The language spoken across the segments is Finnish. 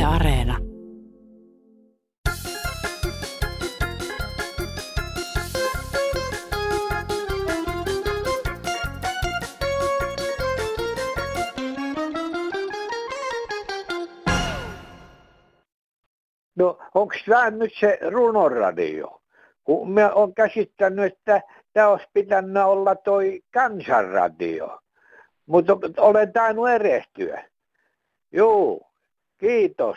Areena. No, onko tämä nyt se runoradio? Kun mä oon käsittänyt, että tämä olisi pitänyt olla toi kansanradio. Mutta olen tainnut erehtyä. Joo, kiitos.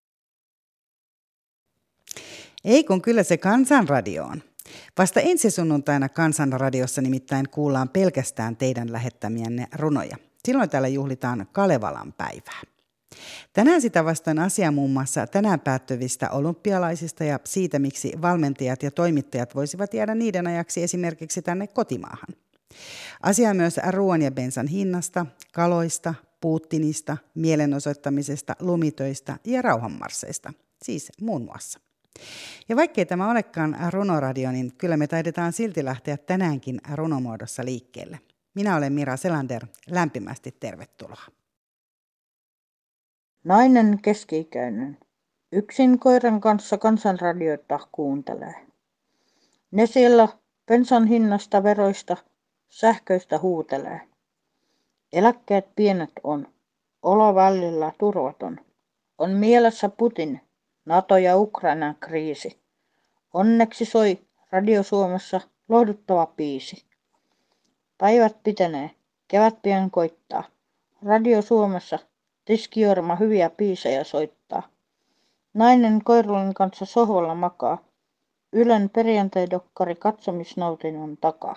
Ei kun kyllä se Kansanradio on. Vasta ensi sunnuntaina Kansanradiossa nimittäin kuullaan pelkästään teidän lähettämiänne runoja. Silloin täällä juhlitaan Kalevalan päivää. Tänään sitä vastaan asia muun muassa tänään päättyvistä olympialaisista ja siitä, miksi valmentajat ja toimittajat voisivat jäädä niiden ajaksi esimerkiksi tänne kotimaahan. Asia myös ruoan ja bensan hinnasta, kaloista, Putinista, mielenosoittamisesta, lumitöistä ja rauhanmarsseista, siis muun muassa. Ja vaikkei tämä olekaan runoradio, niin kyllä me taidetaan silti lähteä tänäänkin runomuodossa liikkeelle. Minä olen Mira Selander, lämpimästi tervetuloa. Nainen keski-ikäinen. Yksin koiran kanssa kansanradiota kuuntelee. Ne siellä bensan hinnasta, veroista, sähköistä huutelee. Eläkkeet pienet on, olo välillä turvaton. On mielessä Putin, NATO ja Ukrainan kriisi. Onneksi soi Radio Suomessa lohduttava biisi. Päivät pitenee, kevät pian koittaa. Radio Suomessa Tiskiorma hyviä biisejä soittaa. Nainen koirulin kanssa sohvalla makaa. Ylen perjantai-dokkari katsomisnautinnon takaa.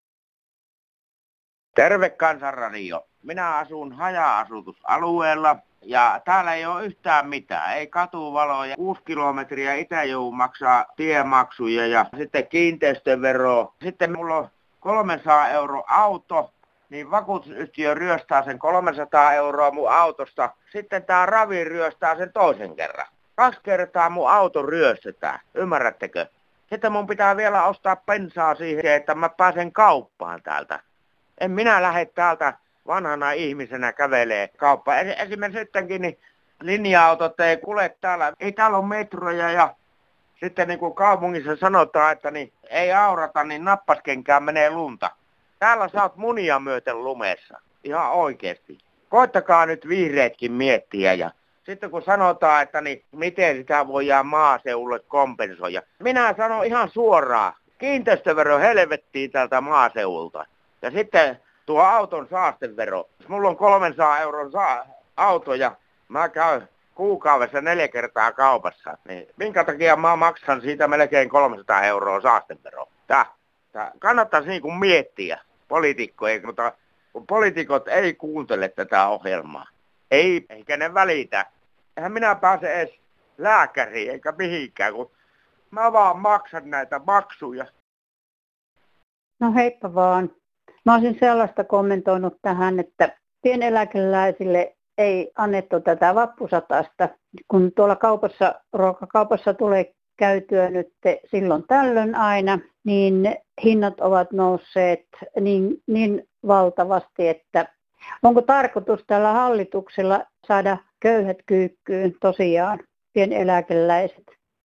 Terve Kansanradio. Minä asun haja-asutusalueella ja täällä ei ole yhtään mitään. Ei katuvaloja. 6 kilometriä Itä-Joulu maksaa tiemaksuja ja sitten kiinteistövero. Sitten mulla on 300 € auto. Niin vakuutusyhtiö ryöstää sen 300 € mun autosta. Sitten tää Ravi ryöstää sen toisen kerran. 2 kertaa mun auto ryöstetään. Ymmärrättekö? Sitten mun pitää vielä ostaa bensaa siihen, että mä pääsen kauppaan täältä. En minä lähde täältä vanhana ihmisenä kävelee kauppaan. Esimerkiksi sittenkin niin linja-autot ei kulje täällä. Ei täällä ole metroja ja sitten niin kuin kaupungissa sanotaan, että niin ei aurata, niin nappaskenkään menee lunta. Täällä sä oot munia myöten lumessa. Ihan oikeesti. Koittakaa nyt vihreätkin miettiä ja sitten kun sanotaan, että niin miten sitä voidaan maaseudulle kompensoida. Minä sanon ihan suoraan. Kiinteistövero helvettiin tältä maaseudulta. Ja sitten tuo auton saastevero. Mulla on 300 € auto ja mä käyn kuukaudessa 4 kertaa kaupassa. Niin minkä takia mä maksan siitä melkein 300 € saasteveroa? Kannattaisi niin kuin miettiä poliitikkoja, mutta kun poliitikot ei kuuntele tätä ohjelmaa. Ei, eikä ne välitä. Eihän minä pääse edes lääkäriin eikä mihinkään, kun mä vaan maksan näitä maksuja. No heippa vaan. Mä olisin sellaista kommentoinut tähän, että pieneläkeläisille ei annettu tätä vappusatasta. Kun tuolla ruokakaupassa tulee käytyä nyt silloin tällöin aina, niin hinnat ovat nousseet niin valtavasti, että onko tarkoitus tällä hallituksella saada köyhät kyykkyyn tosiaan, pieneläkeläiset?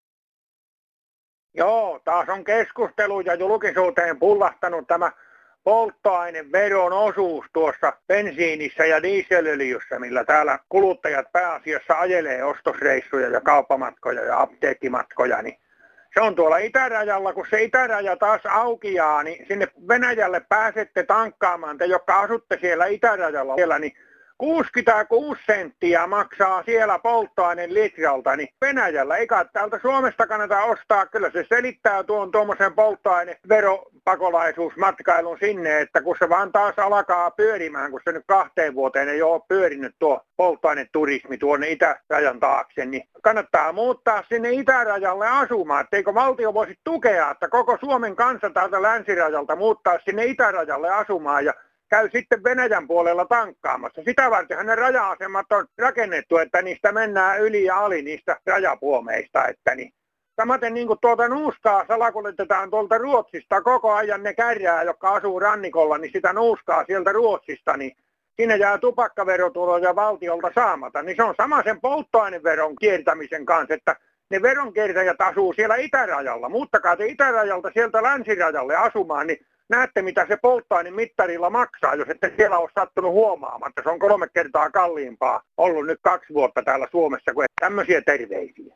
Joo, taas on keskustelu ja julkisuuteen pullahtanut tämä polttoaineveron osuus tuossa bensiinissä ja dieselöljyssä, millä täällä kuluttajat pääasiassa ajelee ostosreissuja ja kauppamatkoja ja apteekkimatkoja, niin se on tuolla itärajalla, kun se itäraja taas aukeaa, niin sinne Venäjälle pääsette tankkaamaan, te jotka asutte siellä itärajalla siellä, niin 66 senttiä maksaa siellä polttoaineen litralta, niin Venäjällä eikä täältä Suomesta kannata ostaa. Kyllä se selittää tuommoisen polttoaineveropakolaisuusmatkailun sinne, että kun se vaan taas alkaa pyörimään, kun se nyt 2 vuoteen ei ole pyörinyt tuo polttoaineturismi tuonne itärajan taakse, niin kannattaa muuttaa sinne itärajalle asumaan. Etteikö valtio voisi tukea, että koko Suomen kansa täältä länsirajalta muuttaa sinne itärajalle asumaan ja käy sitten Venäjän puolella tankkaamassa. Sitä vartenhan ne raja-asemat on rakennettu, että niistä mennään yli ja ali niistä rajapuomeista. Että niin. Samaten niin kuin tuolta nuuskaa salakuljetetaan tuolta Ruotsista koko ajan ne kärjää, jotka asuu rannikolla, niin sitä nuuskaa sieltä Ruotsista, niin siinä jää tupakkaverotuloja valtiolta saamatta. Niin se on sama sen polttoaineveron kiertämisen kanssa, että ne veronkiertäjät asuu siellä itärajalla. Muuttakaa te itärajalta sieltä länsirajalle asumaan, niin näette mitä se polttoaine mittarilla maksaa, jos ette siellä ole sattunut huomaamaan. Se on 3 kertaa kalliimpaa ollut nyt 2 vuotta täällä Suomessa, kuin tämmöisiä terveisiä.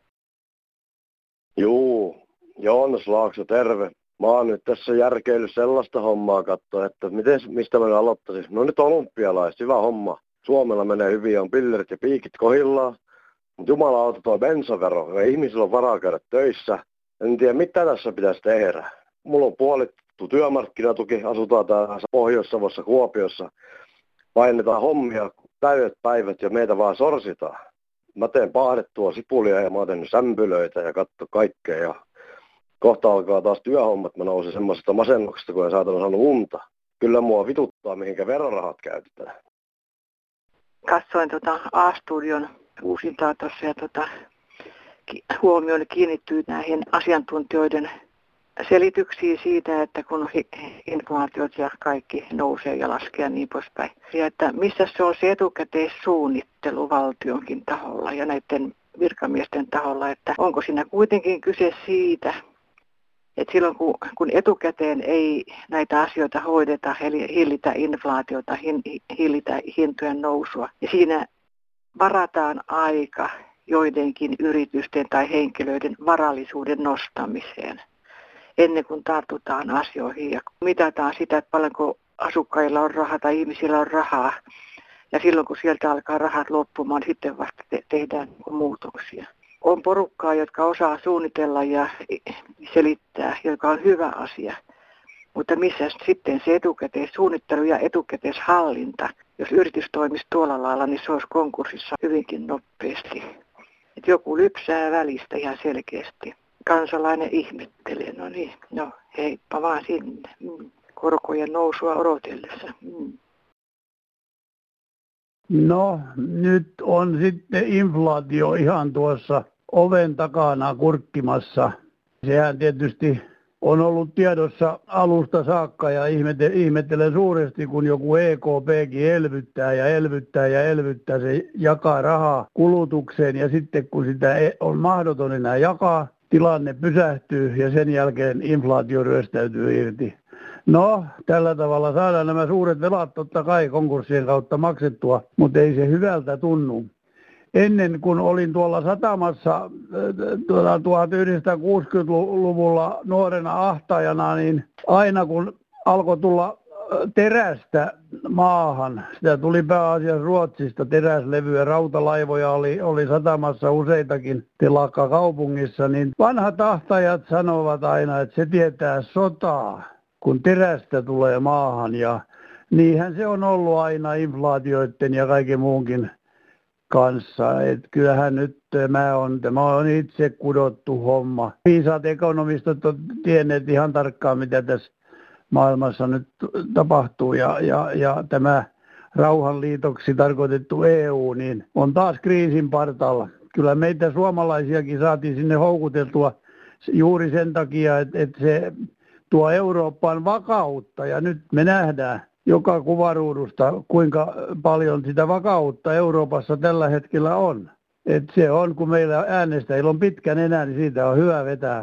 Juu, Joonas Laakso, terve. Mä oon nyt tässä järkeillyt sellaista hommaa katsoa, että mistä mä aloittaisin. No nyt olympialaiset, hyvä homma. Suomella menee hyvin, on pillerit ja piikit kohillaan. Mutta jumalauta tuo bensavero, ja ihmisillä on varaa käydä töissä. En tiedä, mitä tässä pitäisi tehdä. Mulla on puolittu työmarkkinatuki, asutaan täällä Pohjois-Savossa, Kuopiossa. Painetaan hommia täydet päivät ja meitä vaan sorsitaan. Mä teen paahdettua sipulia ja mä oon tehnyt sämpylöitä ja katso kaikkea. Ja kohta alkaa taas työhommat, mä nousin semmoisesta masennuksesta, kun en saanut unta. Kyllä mua vituttaa, mihinkä verorahat käytetään. Katsoin A-studion uusintaa tuossa ja huomioon kiinnittyy näihin asiantuntijoiden selityksiin siitä, että kun inflaatiot ja kaikki nousee ja laskee ja niin poispäin. Ja että missä se on se etukäteissuunnittelu valtionkin taholla ja näiden virkamiesten taholla, että onko siinä kuitenkin kyse siitä, että silloin kun etukäteen ei näitä asioita hoideta, eli hillitä inflaatiota, hillitä hintojen nousua, ja siinä varataan aika joidenkin yritysten tai henkilöiden varallisuuden nostamiseen ennen kuin tartutaan asioihin ja mitataan sitä, että paljonko asukkailla on rahaa tai ihmisillä on rahaa. Ja silloin kun sieltä alkaa rahat loppumaan, niin sitten vasta tehdään muutoksia. On porukkaa, jotka osaa suunnitella ja selittää, joka on hyvä asia. Mutta missä sitten se etukäteissuunnittelu ja etukäteishallinta, jos yritys toimisi tuolla lailla, niin se olisi konkurssissa hyvinkin nopeasti. Et joku lypsää välistä ihan selkeästi. Kansalainen ihmettelee, no heippa vaan sinne. Korkojen nousua odotellessa. No, nyt on sitten inflaatio ihan tuossa oven takana kurkkimassa. Sehän tietysti on ollut tiedossa alusta saakka ja ihmettelen suuresti, kun joku EKPkin elvyttää ja elvyttää ja elvyttää. Se jakaa rahaa kulutukseen ja sitten kun sitä on mahdoton enää jakaa, tilanne pysähtyy ja sen jälkeen inflaatio ryöstäytyy irti. No, tällä tavalla saadaan nämä suuret velat totta kai konkurssien kautta maksettua, mutta ei se hyvältä tunnu. Ennen kun olin tuolla satamassa 1960-luvulla nuorena ahtaajana, niin aina kun alkoi tulla terästä maahan, sitä tuli pääasiassa Ruotsista teräslevyä, rautalaivoja oli satamassa useitakin telakkakaupungissa, niin vanhat ahtaajat sanovat aina, että se tietää sotaa, kun terästä tulee maahan, ja niinhän se on ollut aina inflaatioiden ja kaiken muunkin kanssa. Et kyllähän nyt tämä on itse kudottu homma. Viisaat ekonomistot on tienneet ihan tarkkaan, mitä tässä maailmassa nyt tapahtuu, ja tämä rauhanliitoksi tarkoitettu EU niin on taas kriisin partalla. Kyllä meitä suomalaisiakin saatiin sinne houkuteltua juuri sen takia, että se tuo Eurooppaan vakautta, ja nyt me nähdään joka kuvaruudusta, kuinka paljon sitä vakautta Euroopassa tällä hetkellä on. Et se on, kun meillä äänestäjillä on pitkä nenä, niin siitä on hyvä vetää.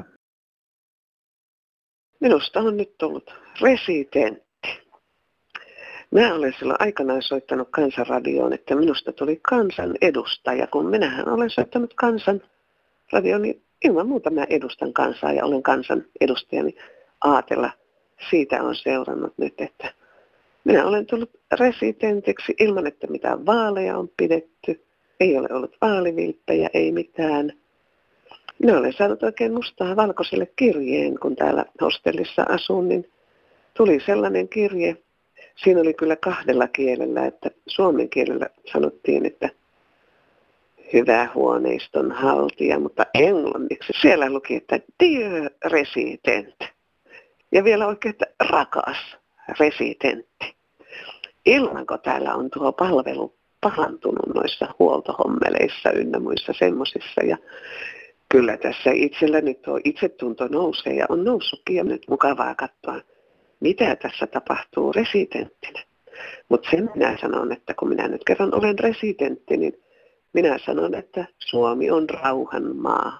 Minusta on nyt tullut residentti. Minä olen silloin aikanaan soittanut Kansanradioon, että minusta tuli kansanedustaja. Kun minähän olen soittanut Kansanradioon, niin ilman muuta mä edustan kansaa ja olen kansanedustaja, niin aatella siitä on seurannut nyt, että minä olen tullut residentiksi ilman, että mitään vaaleja on pidetty. Ei ole ollut vaalivilppejä, ei mitään. Minä olen saanut oikein mustaa valkoiselle kirjeen, kun täällä hostellissa asun, niin tuli sellainen kirje. Siinä oli kyllä 2 kielellä, että suomen kielellä sanottiin, että hyvä huoneiston haltija, mutta englanniksi siellä luki, että dear resident. Ja vielä oikein, että rakas residentti. Ilmanko täällä on tuo palvelu parantunut noissa huoltohommeleissa ynnä muissa semmosissa. Ja kyllä tässä itselläni tuo itsetunto nousee ja on noussutkin ja nyt mukavaa katsoa, mitä tässä tapahtuu residenttinä. Mutta sen minä sanon, että kun minä nyt kerran olen residentti, niin minä sanon, että Suomi on rauhan maa.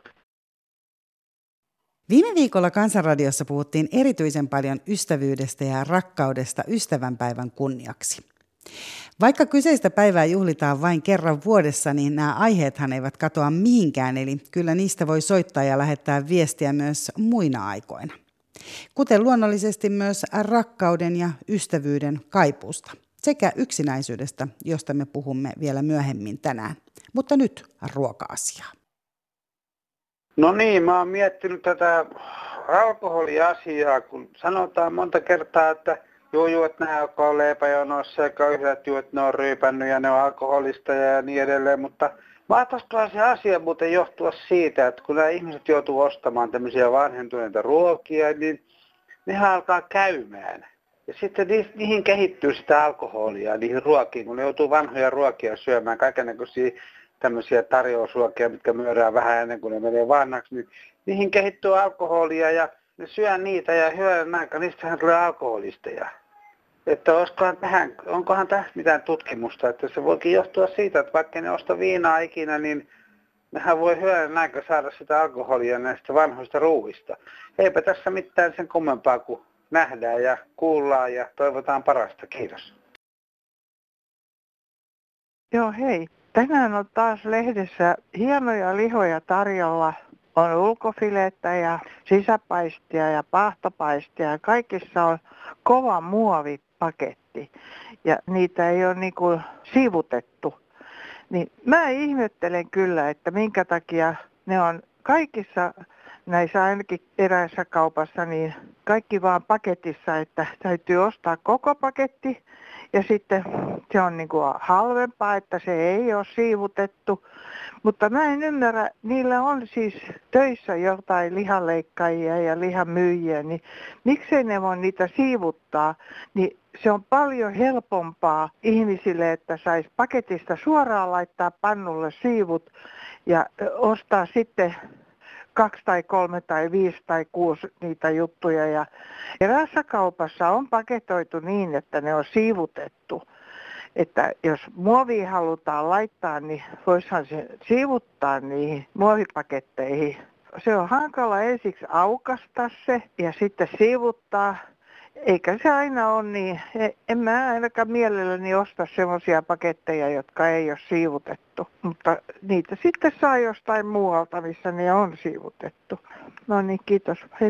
Viime viikolla Kansanradiossa puhuttiin erityisen paljon ystävyydestä ja rakkaudesta ystävänpäivän kunniaksi. Vaikka kyseistä päivää juhlitaan vain kerran vuodessa, niin nämä aiheethan eivät katoa mihinkään, eli kyllä niistä voi soittaa ja lähettää viestiä myös muina aikoina. Kuten luonnollisesti myös rakkauden ja ystävyyden kaipuusta sekä yksinäisyydestä, josta me puhumme vielä myöhemmin tänään. Mutta nyt ruoka-asiaa. No niin, mä oon miettinyt tätä alkoholiasiaa, kun sanotaan monta kertaa, että että nämä jotka on leipäjonoissa ja köyhät että ne on ryypännyt ja ne on alkoholista ja niin edelleen, mutta mahtaisikohan se asia muuten johtua siitä, että kun nämä ihmiset joutuu ostamaan tämmöisiä vanhentuneita ruokia, niin nehän alkaa käymään. Ja sitten niihin kehittyy sitä alkoholia, niihin ruokiin, kun ne joutuu vanhoja ruokia syömään, kaikennäköisiä tämmöisiä tarjousruokia, mitkä myydään vähän ennen kuin ne menee vanhaksi, niin niihin kehittyy alkoholia ja ne syö niitä ja hyödän aika, niistähän tulee alkoholisteja. Että onkohan tässä mitään tutkimusta, että se voikin johtua siitä, että vaikka ne osta viinaa ikinä, niin nehän voi hyödän aika saada sitä alkoholia näistä vanhoista ruuista. Eipä tässä mitään sen kummempaa kuin nähdään ja kuullaan ja toivotaan parasta. Kiitos. Joo, hei. Tänään on taas lehdessä hienoja lihoja tarjolla. On ulkofilettä ja sisäpaistia ja pahtopaistia ja kaikissa on kova muovipaketti ja niitä ei ole niinku siivutettu. Niin mä ihmettelen kyllä, että minkä takia ne on kaikissa näissä ainakin eräissä kaupassa niin kaikki vaan paketissa, että täytyy ostaa koko paketti ja sitten se on niinku halvempaa, että se ei ole siivutettu. Mutta mä en ymmärrä, niillä on siis töissä jotain lihanleikkaajia ja lihamyyjiä, niin miksei ne voi niitä siivuttaa, niin se on paljon helpompaa ihmisille, että saisi paketista suoraan laittaa pannulle siivut ja ostaa sitten 2 tai 3 tai 5 tai 6 niitä juttuja. Ja eräässä kaupassa on paketoitu niin, että ne on siivutettu. Että jos muovia halutaan laittaa, niin voisihan se siivuttaa niihin muovipaketteihin. Se on hankala ensiksi aukaista se ja sitten siivuttaa. Eikä se aina ole niin. En mä ainakaan mielelläni osta semmoisia paketteja, jotka ei ole siivutettu. Mutta niitä sitten saa jostain muualta, missä ne on siivutettu. No niin, kiitos. Hei.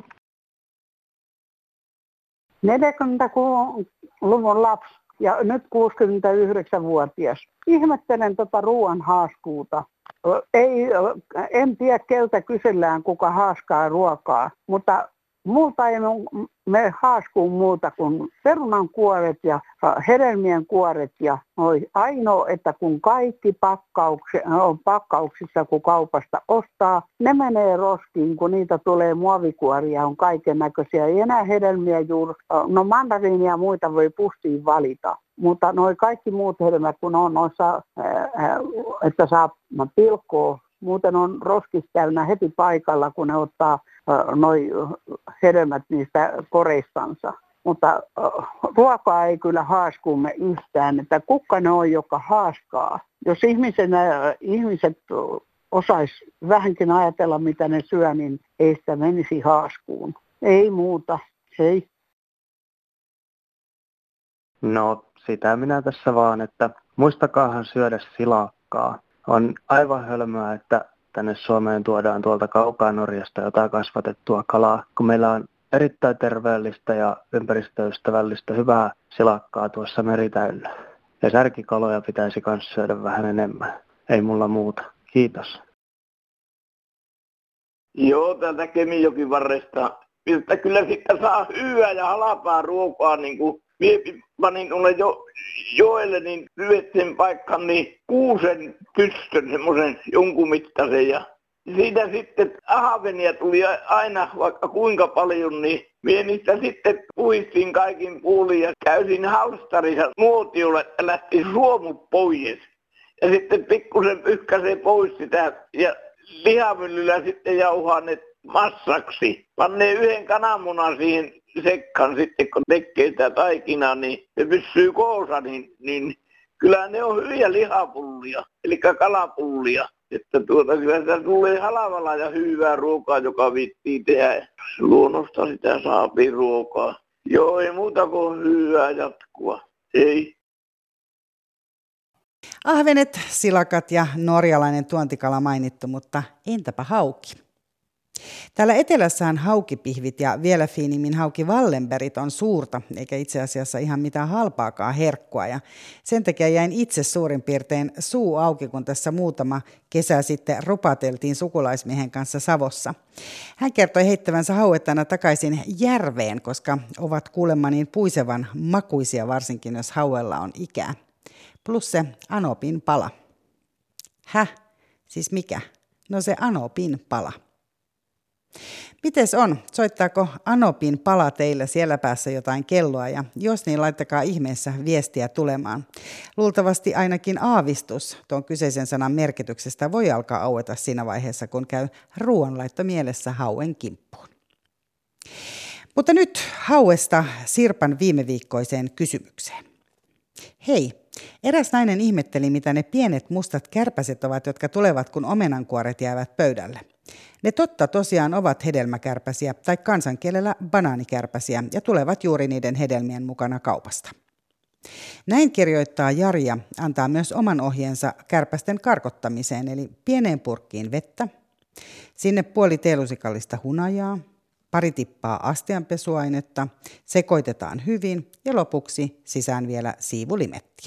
40-luvun lapsi ja nyt 69-vuotias. Ihmettelen ruoan haaskuuta. En tiedä, keltä kysellään, kuka haaskaa ruokaa, mutta multa ei me haaskuu muuta kuin perunan kuoret ja hedelmien kuoret ja ainoa, että kun kaikki pakkauksissa, kun kaupasta ostaa, ne menee roskiin, kun niitä tulee muovikuoria, on kaiken näköisiä. Ei enää hedelmiä juuri, no mandariinia ja muita voi pustiin valita. Mutta noi kaikki muut hedelmät, kun on noissa, että saa pilkkoa, muuten on roskis täynnä heti paikalla, kun ne ottaa noi hedelmät niistä koreistansa. Mutta ruokaa ei kyllä haaskuumme yhtään, että kuka ne on, joka haaskaa. Jos ihmiset osais vähänkin ajatella, mitä ne syö, niin ei sitä menisi haaskuun. Ei muuta. Hei. No, sitä minä tässä vaan, että muistakaahan syödä silakkaa. On aivan hölmöä, että tänne Suomeen tuodaan tuolta kaukaa Norjasta jotain kasvatettua kalaa, kun meillä on erittäin terveellistä ja ympäristöystävällistä hyvää silakkaa tuossa meritäyllä. Ja särkikaloja pitäisi myös syödä vähän enemmän. Ei mulla muuta. Kiitos. Joo, täältä Kemijokin varresta. Mistä kyllä sitten saa hyvää ja halpaa ruokaa, niin kuin panin tuolle joelle niin lyhytten paikkaan niin 6 pystön semmoisen jonkun mittaisen ja siitä sitten ahvenia tuli aina vaikka kuinka paljon, niin minä niistä sitten puhistin kaikin puolin ja käysin halstarissa nuotiolla, että lähti suomut pois. Ja sitten pikkusen pyyhkäsee pois sitä ja lihamyllyllä sitten jauhaa ne massaksi. Pannee 1 kananmunan siihen sekkaan sitten, kun tekee sitä taikinaa, niin se pysyy koossa, niin kyllä ne on hyviä lihapullia, eli kalapullia. Että kyllä sitä tulee halvalla ja hyvää ruokaa, joka viittii tehdä. Luonnosta sitä saapii ruokaa. Joo, ei muuta kuin hyvää jatkua. Ei. Ahvenet, silakat ja norjalainen tuontikala mainittu, mutta entäpä hauki? Täällä etelässähän haukipihvit ja vielä fiinimmin hauki Wallenbergit on suurta, eikä itse asiassa ihan mitään halpaakaan herkkua. Ja sen takia jäin itse suurin piirtein suu auki, kun tässä muutama kesä sitten rupateltiin sukulaismiehen kanssa Savossa. Hän kertoi heittävänsä hauettana takaisin järveen, koska ovat kuulemma niin puisevan makuisia, varsinkin jos hauella on ikää. Plus se anopin pala. Häh? Siis mikä? No se anopin pala. Mites on? Soittaako anopin pala teille siellä päässä jotain kelloa, ja jos niin, laittakaa ihmeessä viestiä tulemaan. Luultavasti ainakin aavistus tuon kyseisen sanan merkityksestä voi alkaa aueta siinä vaiheessa, kun käy ruoanlaitto mielessä hauen kimppuun. Mutta nyt hauesta Sirpan viimeviikkoiseen kysymykseen. Hei, eräs nainen ihmetteli, mitä ne pienet mustat kärpäset ovat, jotka tulevat, kun omenankuoret jäävät pöydälle. Ne totta tosiaan ovat hedelmäkärpäsiä tai kansankielellä banaanikärpäsiä ja tulevat juuri niiden hedelmien mukana kaupasta. Näin kirjoittaa Jari ja antaa myös oman ohjeensa kärpästen karkottamiseen, eli pieneen purkkiin vettä, sinne puoli teelusikallista hunajaa, pari tippaa astianpesuainetta, sekoitetaan hyvin ja lopuksi sisään vielä siivulimettiä.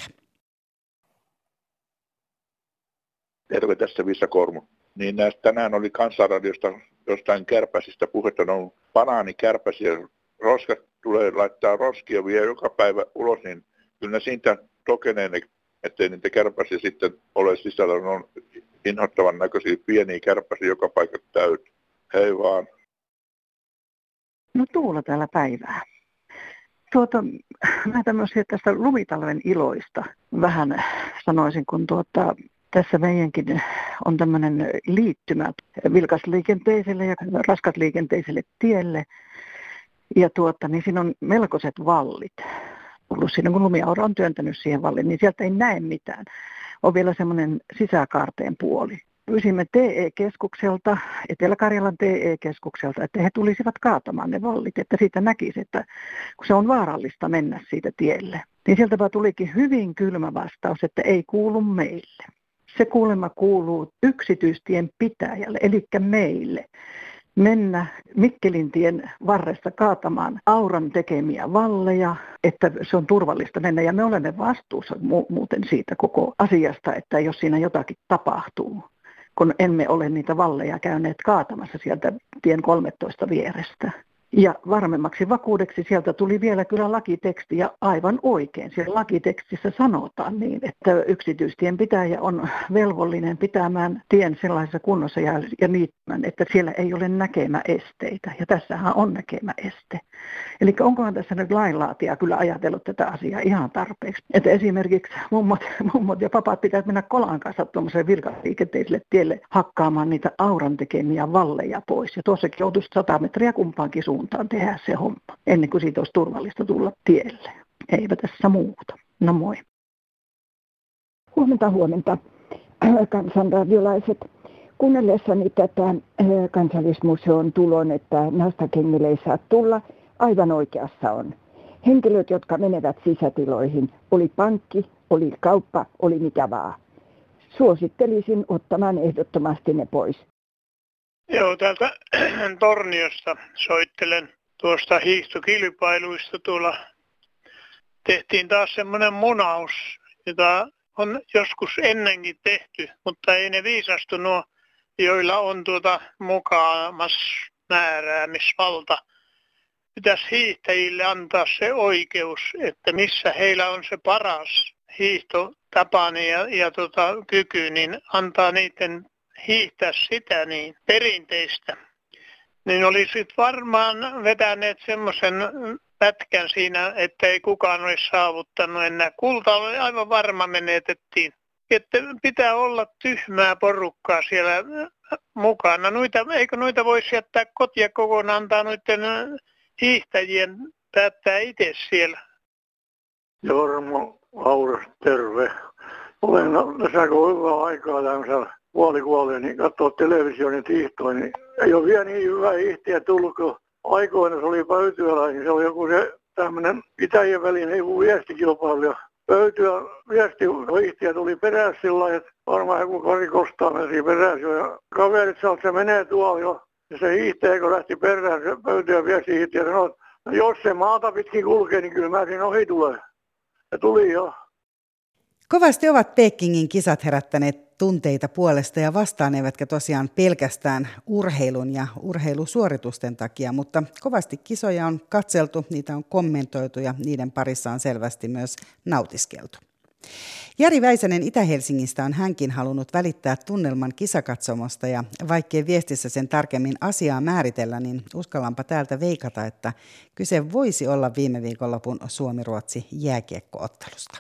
Terve, tässä Vissa Kormu. Niin tänään oli Kansanradiosta jostain kärpäsistä puhetta, ne on banaanikärpäsiä. Roskat tulee laittaa roskia vielä joka päivä ulos, niin kyllä ne siitä tokenee, ettei niitä kärpäsiä sitten ole sisällä. Ne on inhottavan näköisiä pieniä kärpäsiä joka paikka täytyy. Hei vaan. No Tuula täällä päivää. Mä tämmöisiä tästä lumitalven iloista vähän sanoisin, kun tässä meidänkin on tämmöinen liittymä vilkasliikenteiselle ja raskasliikenteiselle tielle. Ja niin siinä on melkoiset vallit. Ollut siinä, kun lumiaura on työntänyt siihen valliin, niin sieltä ei näe mitään. On vielä semmoinen sisäkaarteen puoli. Pyysimme TE-keskukselta, Etelä-Karjalan TE-keskukselta, että he tulisivat kaatamaan ne vallit, että siitä näkisi, että kun se on vaarallista mennä siitä tielle. Niin sieltäpä tulikin hyvin kylmä vastaus, että ei kuulu meille. Se kuulemma kuuluu yksityistien pitäjälle, eli meille, mennä Mikkelintien varressa kaatamaan auran tekemiä valleja, että se on turvallista mennä. Ja me olemme vastuussa muuten siitä koko asiasta, että jos siinä jotakin tapahtuu, kun emme ole niitä valleja käyneet kaatamassa sieltä tien 13 vierestä. Ja varmemmaksi vakuudeksi sieltä tuli vielä kyllä lakiteksti ja aivan oikein. Siellä lakitekstissä sanotaan niin, että yksityistien pitäjä on velvollinen pitämään tien sellaisessa kunnossa ja niittämään, että siellä ei ole näkemäesteitä. Ja tässähän on näkemäeste. Eli onkohan tässä nyt lainlaatija kyllä ajatellut tätä asiaa ihan tarpeeksi. Että esimerkiksi mummot ja papat pitäisi mennä kolan kanssa tuollaiselle virkaliikenteiselle tielle hakkaamaan niitä auran tekemiä valleja pois. Ja tuossakin joutuisi 100 metriä kumpaankin suuntaan tehdä se homma, ennen kuin siitä olisi turvallista tulla tielle. Eipä tässä muuta. No moi. Huomenta, kansanradiolaiset. Kuunnellessani tätä Kansallismuseon tulon, että nastakengille ei saa tulla, aivan oikeassa on. Henkilöt, jotka menevät sisätiloihin, oli pankki, oli kauppa, oli mitä vaan. Suosittelisin ottamaan ehdottomasti ne pois. Joo, täältä Torniosta soittelen tuosta hiihtokilpailuista. Tuolla tehtiin taas semmoinen munaus, jota on joskus ennenkin tehty, mutta ei ne viisastu nuo, joilla on mukaamas määräämisvalta. Pitäisi hiihtäjille antaa se oikeus, että missä heillä on se paras hiihtotapani ja kyky, niin antaa niiden hiihtää sitä niin perinteistä. Niin olisit varmaan vetäneet semmoisen pätkän siinä, että ei kukaan olisi saavuttanut enää. Kulta oli aivan varma menetettiin. Että pitää olla tyhmää porukkaa siellä mukana. Eikö noita voisi jättää kotia kokonaan, antaa noiden hiihtäjien päättää itse siellä. Jorma Auras, terve. Olen tässä kun hyvää aikaa tämmöisellä puolikuolleen, niin katsoa televisioon hiihtoon, niin ei ole vielä niin hyvä hiihtiä tullut, kun aikoina se oli pöytyöläinen, niin se oli joku se tämmöinen pitäjien välinen joku viestikilpailu. Ja pöytyä viestihiihtiä tuli perässä sillä lailla, että varmaan joku Kari Kostanen siinä perässä jo. Ja kaverit sanoi, että se menee tuolla jo. Ja se hiihtäjä, kun lähti perään, se pöytyä viestihiihtiä sanoi, että no jos se maata pitkin kulkee, niin kyllä mä siinä ohi tulee. Ja tuli jo. Kovasti ovat Pekingin kisat herättäneet tunteita puolesta ja vastaan, eivätkä tosiaan pelkästään urheilun ja urheilusuoritusten takia, mutta kovasti kisoja on katseltu, niitä on kommentoitu ja niiden parissa on selvästi myös nautiskeltu. Jari Väisänen Itä-Helsingistä on hänkin halunnut välittää tunnelman kisakatsomosta ja vaikkei viestissä sen tarkemmin asiaa määritellä, niin uskallanpa täältä veikata, että kyse voisi olla viime viikonlopun Suomi-Ruotsi jääkiekko-ottelusta.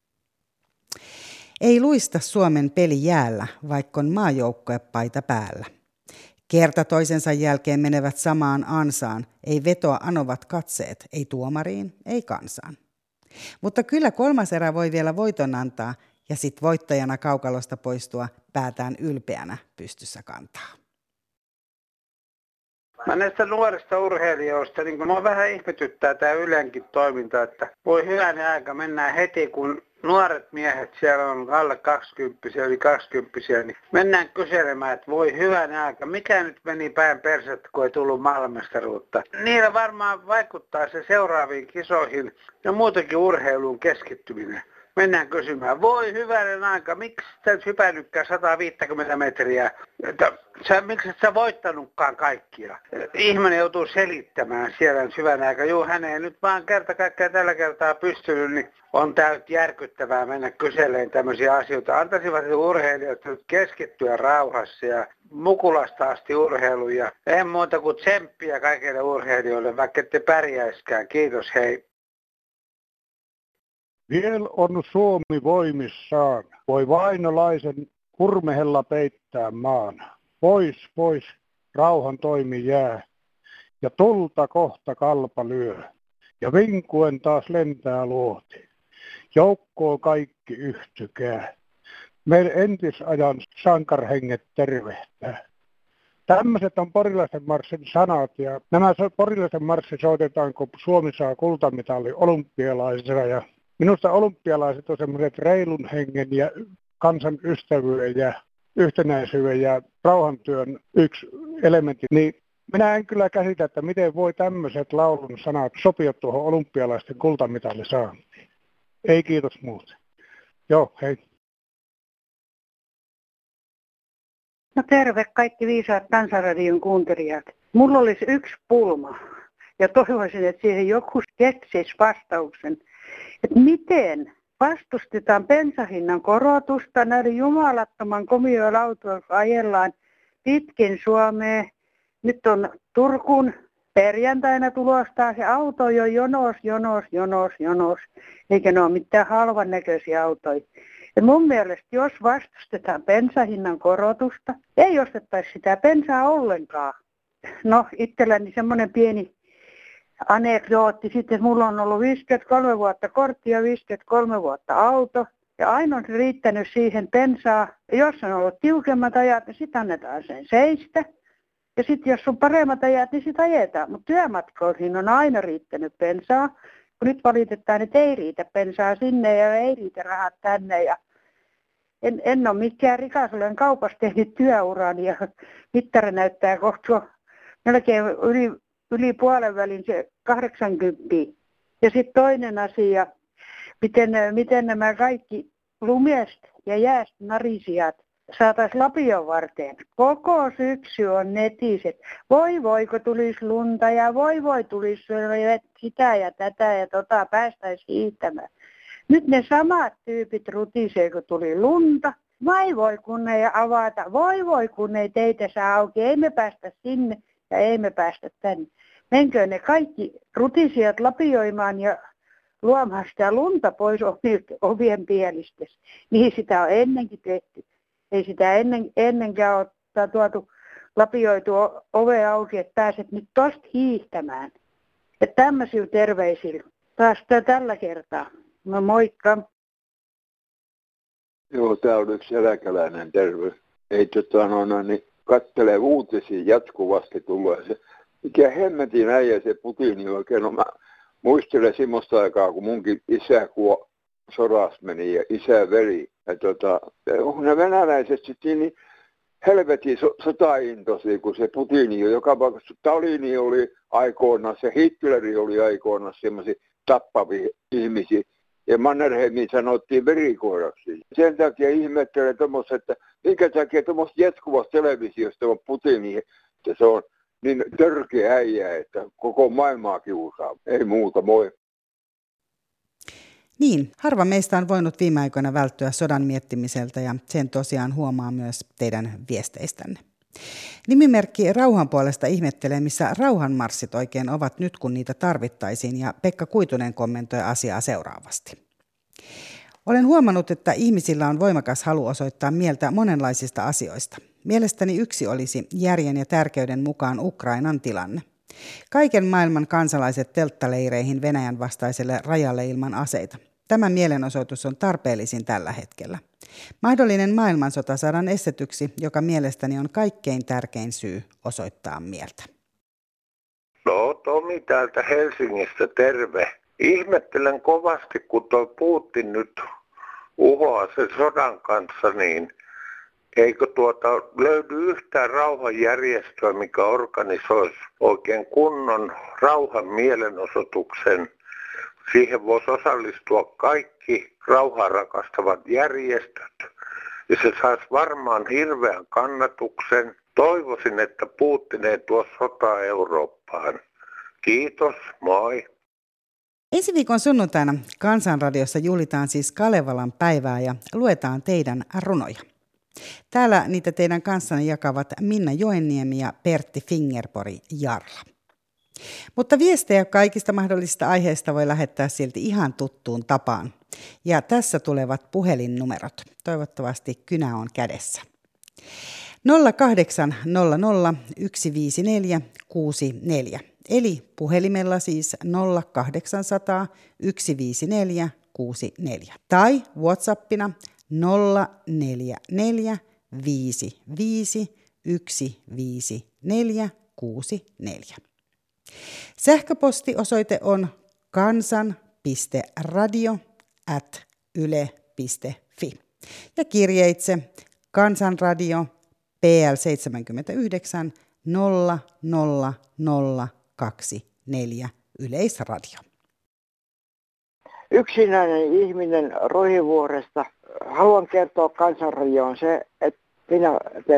Ei luista Suomen peli jäällä, vaikka on maajoukkuepaita päällä. Kerta toisensa jälkeen menevät samaan ansaan, ei vetoa anovat katseet, ei tuomariin, ei kansaan. Mutta kyllä kolmas erä voi vielä voiton antaa ja sit voittajana kaukalosta poistua päätään ylpeänä pystyssä kantaa. Mä näistä nuorista urheilijoista, niin mua vähän ihmetyttää tämä Ylenkin toiminta, että voi hyvänä aika mennään heti, kun nuoret miehet siellä on alle 20, yli 20, niin mennään kyselemään, että voi hyvänä aika, mikä nyt meni päin persettä, kun ei tullut maailmanmestaruutta. Niillä varmaan vaikuttaa se seuraaviin kisoihin ja muutenkin urheiluun keskittyminen. Mennään kysymään, voi hyvänen aika, miksi sä et hypännytkään 150 metriä, miksi et sä voittanutkaan kaikkia? Ihminen joutuu selittämään siellä hyvän aika, juu hän ei nyt vaan kerta kaikkiaan tällä kertaa pystynyt, niin on täyt järkyttävää mennä kyselemään tämmöisiä asioita. Antaisivat urheilijat nyt keskittyä rauhassa ja mukulasta asti urheiluun ja ei muuta kuin tsemppiä kaikille urheilijoille, vaikka ette pärjäiskään. Kiitos, hei. Viel on Suomi voimissaan, voi vainolaisen kurmehella peittää maan. Pois, pois, rauhan toimi jää, ja tulta kohta kalpa lyö, ja vinkuen taas lentää luoti. Joukkoon kaikki yhtykää, meidän entisajan sankarhenget tervehtää. Tämmöiset on Porilaisen marssin sanat, ja nämä Porilaisen marssi soitetaan, kun Suomi saa kultamitalli olympialaisena, ja minusta olympialaiset on semmoiset reilun hengen ja kansan ystävyyden ja yhtenäisyyden ja rauhantyön yksi elementti. Niin minä en kyllä käsitä, että miten voi tämmöiset laulun sanat sopia tuohon olympialaisten kultamitallisaantiin. Ei kiitos muuten. Joo, hei. No terve kaikki viisaat Kansanradion kuuntelijat. Mulla olisi yksi pulma ja toivoisin, että siihen joku keksisi vastauksen. Että miten vastustetaan bensahinnan korotusta näiden jumalattoman komioilla autoilla, kun ajellaan pitkin Suomea. Nyt on Turkuun perjantaina tulosta se auto jo jonos, eikä ne ole mitään halvan näköisiä autoja. Ja mun mielestä, jos vastustetaan bensahinnan korotusta, ei ostettaisi sitä bensaa ollenkaan. No, itselläni semmoinen pieni anekdootti sitten, mulla on ollut 53 vuotta kortti ja 53 vuotta auto. Ja aina on riittänyt siihen bensaa. Ja jos on ollut tiukemmat ajat, niin sitten annetaan sen seistä. Ja sitten jos on paremmat ajat, niin sitä ajetaan. Mutta työmatkoihin on aina riittänyt bensaa. Kun nyt valitetaan, että ei riitä bensaa sinne ja ei riitä rahat tänne. Ja en ole mikään rikas, olen kaupassa tehnyt työurani ja mittari näyttää kohta melkein yli puolen välin se 80. Ja sitten toinen asia, miten nämä kaikki lumesta ja jäästä narisijat saataisiin Lapion varteen. Koko syksy on netiset. Voi, kun tulisi lunta ja voi, tulisi sitä ja tätä ja päästäisiin hiihtämään. Nyt ne samat tyypit rutisee, kun tuli lunta. Voi, kun ei avata. Voi, kun ei teitä saa auki. Ei me päästä sinne ja ei me päästä tänne. Menkö ne kaikki rutisijat lapioimaan ja luomaan sitä lunta pois ovien pielistessä. Niin sitä on ennenkin tehty. Ei sitä ennenkään ole tuotu lapioitu ove auki, että pääset nyt tosta hiihtämään. Että tämmöisillä terveisillä taas tällä kertaa. No moikka. Joo, tää on yksi eläkeläinen terve. Ei niin kattelee uutisia jatkuvasti tulee se. Mikä hemmetin äijä se Putini oikein. No mä muistelen semmoista aikaa, kun munkin isä sodassa meni ja isä veri. Ja ne venäläiset sitten niin helvetin sotaintoisia, kun se Putini, joka paikassa Stalini oli aikoinaan, se Hitleri oli aikoinaan semmoisia tappavia ihmisiä. Ja Mannerheimin sanottiin verikoiraksi. Sen takia ihmettelen tuommoista, että minkä takia tuommoista jatkuvasta televisiosta on Putini, että se on niin törkeä äijä, että koko maailmaa kiusaa. Ei muuta, moi. Niin, harva meistä on voinut viime aikoina välttyä sodan miettimiseltä ja sen tosiaan huomaa myös teidän viesteistänne. Nimimerkki Rauhan puolesta ihmettelee, missä rauhanmarssit oikein ovat nyt, kun niitä tarvittaisiin, ja Pekka Kuitunen kommentoi asiaa seuraavasti. Olen huomannut, että ihmisillä on voimakas halu osoittaa mieltä monenlaisista asioista. Mielestäni yksi olisi järjen ja tärkeyden mukaan Ukrainan tilanne. Kaiken maailman kansalaiset telttaleireihin Venäjän vastaiselle rajalle ilman aseita. Tämä mielenosoitus on tarpeellisin tällä hetkellä. Mahdollinen maailmansota saadaan estetyksi, joka mielestäni on kaikkein tärkein syy osoittaa mieltä. No, Tomi täältä Helsingistä, terve. Ihmettelen kovasti, kun tuo Putin nyt uhoaa sen sodan kanssa, niin eikö löydy yhtään rauhanjärjestöä, mikä organisoisi oikein kunnon rauhan mielenosoituksen. Siihen voisi osallistua kaikki rauhaa rakastavat järjestöt. Ja se saisi varmaan hirveän kannatuksen. Toivoisin, että Putin ei tuo sotaa Eurooppaan. Kiitos, moi. Ensi viikon sunnuntaina Kansanradiossa juhlitaan siis Kalevalan päivää ja luetaan teidän runoja. Täällä niitä teidän kanssanne jakavat Minna Joenniemi ja Pertti Fingerpori Jarla. Mutta viestejä kaikista mahdollisista aiheista voi lähettää silti ihan tuttuun tapaan. Ja tässä tulevat puhelinnumerot. Toivottavasti kynä on kädessä. 0800 154 64. Eli puhelimella siis 0800 154 64. Tai WhatsAppina 044 55 154 64. Sähköpostiosoite on kansan.radio@yle.fi. Ja kirjeitse Kansanradio PL 79 00024 Yleisradio. Yksinäinen ihminen Rohivuoresta. Haluan kertoa Kansanradioon se, että minä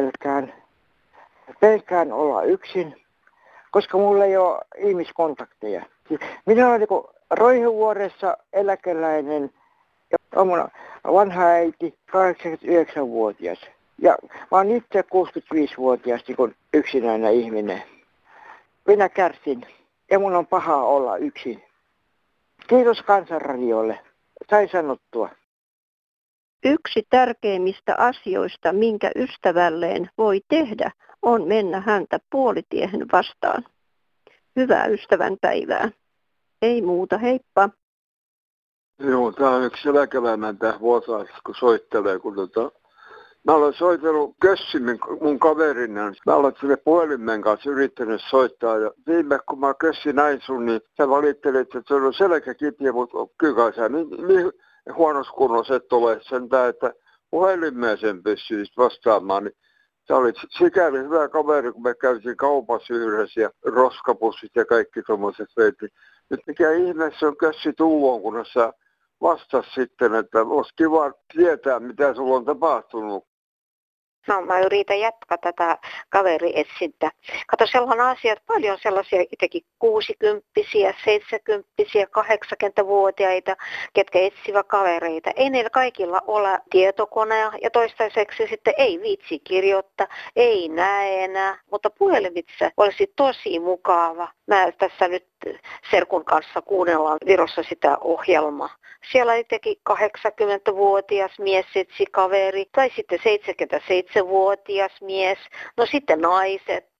pelkään olla yksin, koska mulla ei ole ihmiskontakteja. Minä olen niin Rohivuoressa eläkeläinen ja mun vanha äiti 89-vuotias. Ja mä oon itse 65-vuotias niin yksinäinen ihminen. Minä kärsin ja mun on paha olla yksin. Kiitos Kansanradiolle. Sai sanottua. Yksi tärkeimmistä asioista, minkä ystävälleen voi tehdä, on mennä häntä puolitiehen vastaan. Hyvää ystävänpäivää. Ei muuta, heippa. Joo, tää on yksi eläkeläinen tää vuosaisessa, kun soittelee, kun mä olen soitellut Kössin mun kaverina. Mä olen sille puhelimen kanssa yrittänyt soittaa. Ja viime kun mä Kössi näin sun, niin sä valittelit, että se on selkäkipiä, mutta kyllä sä niin huonossa kunnossa et ole sentään, että puhelimeen sen pystyisit vastaamaan. Niin sä olit sikäli hyvä kaveri, kun me käytiin kaupassa yhdessä ja roskapussit ja kaikki tommoset veitin. Nyt mikä ihmeessä on Kössi tulloon, kun sä vastas sitten, että olisi kiva tietää, mitä sulla on tapahtunut. No mä yritän jatkaa tätä kaverietsintä. Kato, siellä on asiat paljon sellaisia itsekin 60-vuotiaita, 70-vuotiaita, 80-vuotiaita, ketkä etsivät kavereita. Ei niillä kaikilla ole tietokonea ja toistaiseksi sitten ei viitsi kirjoittaa, ei näe enää, mutta puhelimitse olisi tosi mukava. Mä tässä nyt serkun kanssa kuunnellaan Virossa sitä ohjelmaa. Siellä itsekin 80-vuotias mies etsi kaveri tai sitten 77-vuotias mies, no sitten naiset.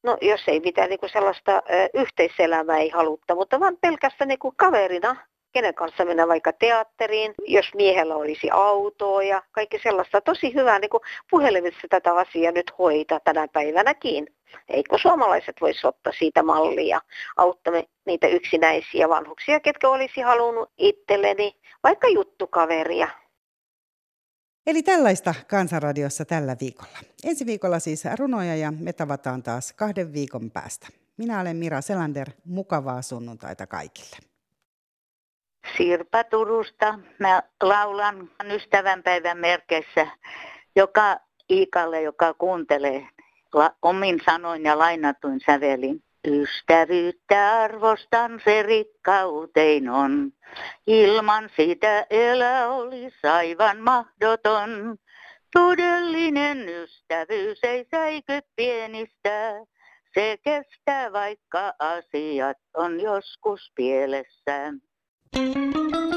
No jos ei mitään niin kuin sellaista yhteiselämää ei halutta, mutta vaan pelkästään niin kuin kaverina, kenen kanssa mennä vaikka teatteriin, jos miehellä olisi autoa ja kaikki sellaista. Tosi hyvää niin kuin puhelimessa tätä asiaa nyt hoitaa tänä päivänäkin. Eikö suomalaiset voisi ottaa siitä mallia, auttamme niitä yksinäisiä vanhuksia, ketkä olisi halunnut itselleni vaikka juttukaveria. Eli tällaista Kansanradiossa tällä viikolla. Ensi viikolla siis runoja ja me tavataan taas 2 viikon päästä. Minä olen Mira Selander. Mukavaa sunnuntaita kaikille. Sirpa Turusta. Mä laulan ystävänpäivän merkeissä joka Iikalle, joka kuuntelee omin sanoin ja lainatuin sävelin. Ystävyyttä arvostan, se rikkautein on. Ilman sitä elä olisi aivan mahdoton. Todellinen ystävyys ei säiky pienistä. Se kestää, vaikka asiat on joskus pielessä.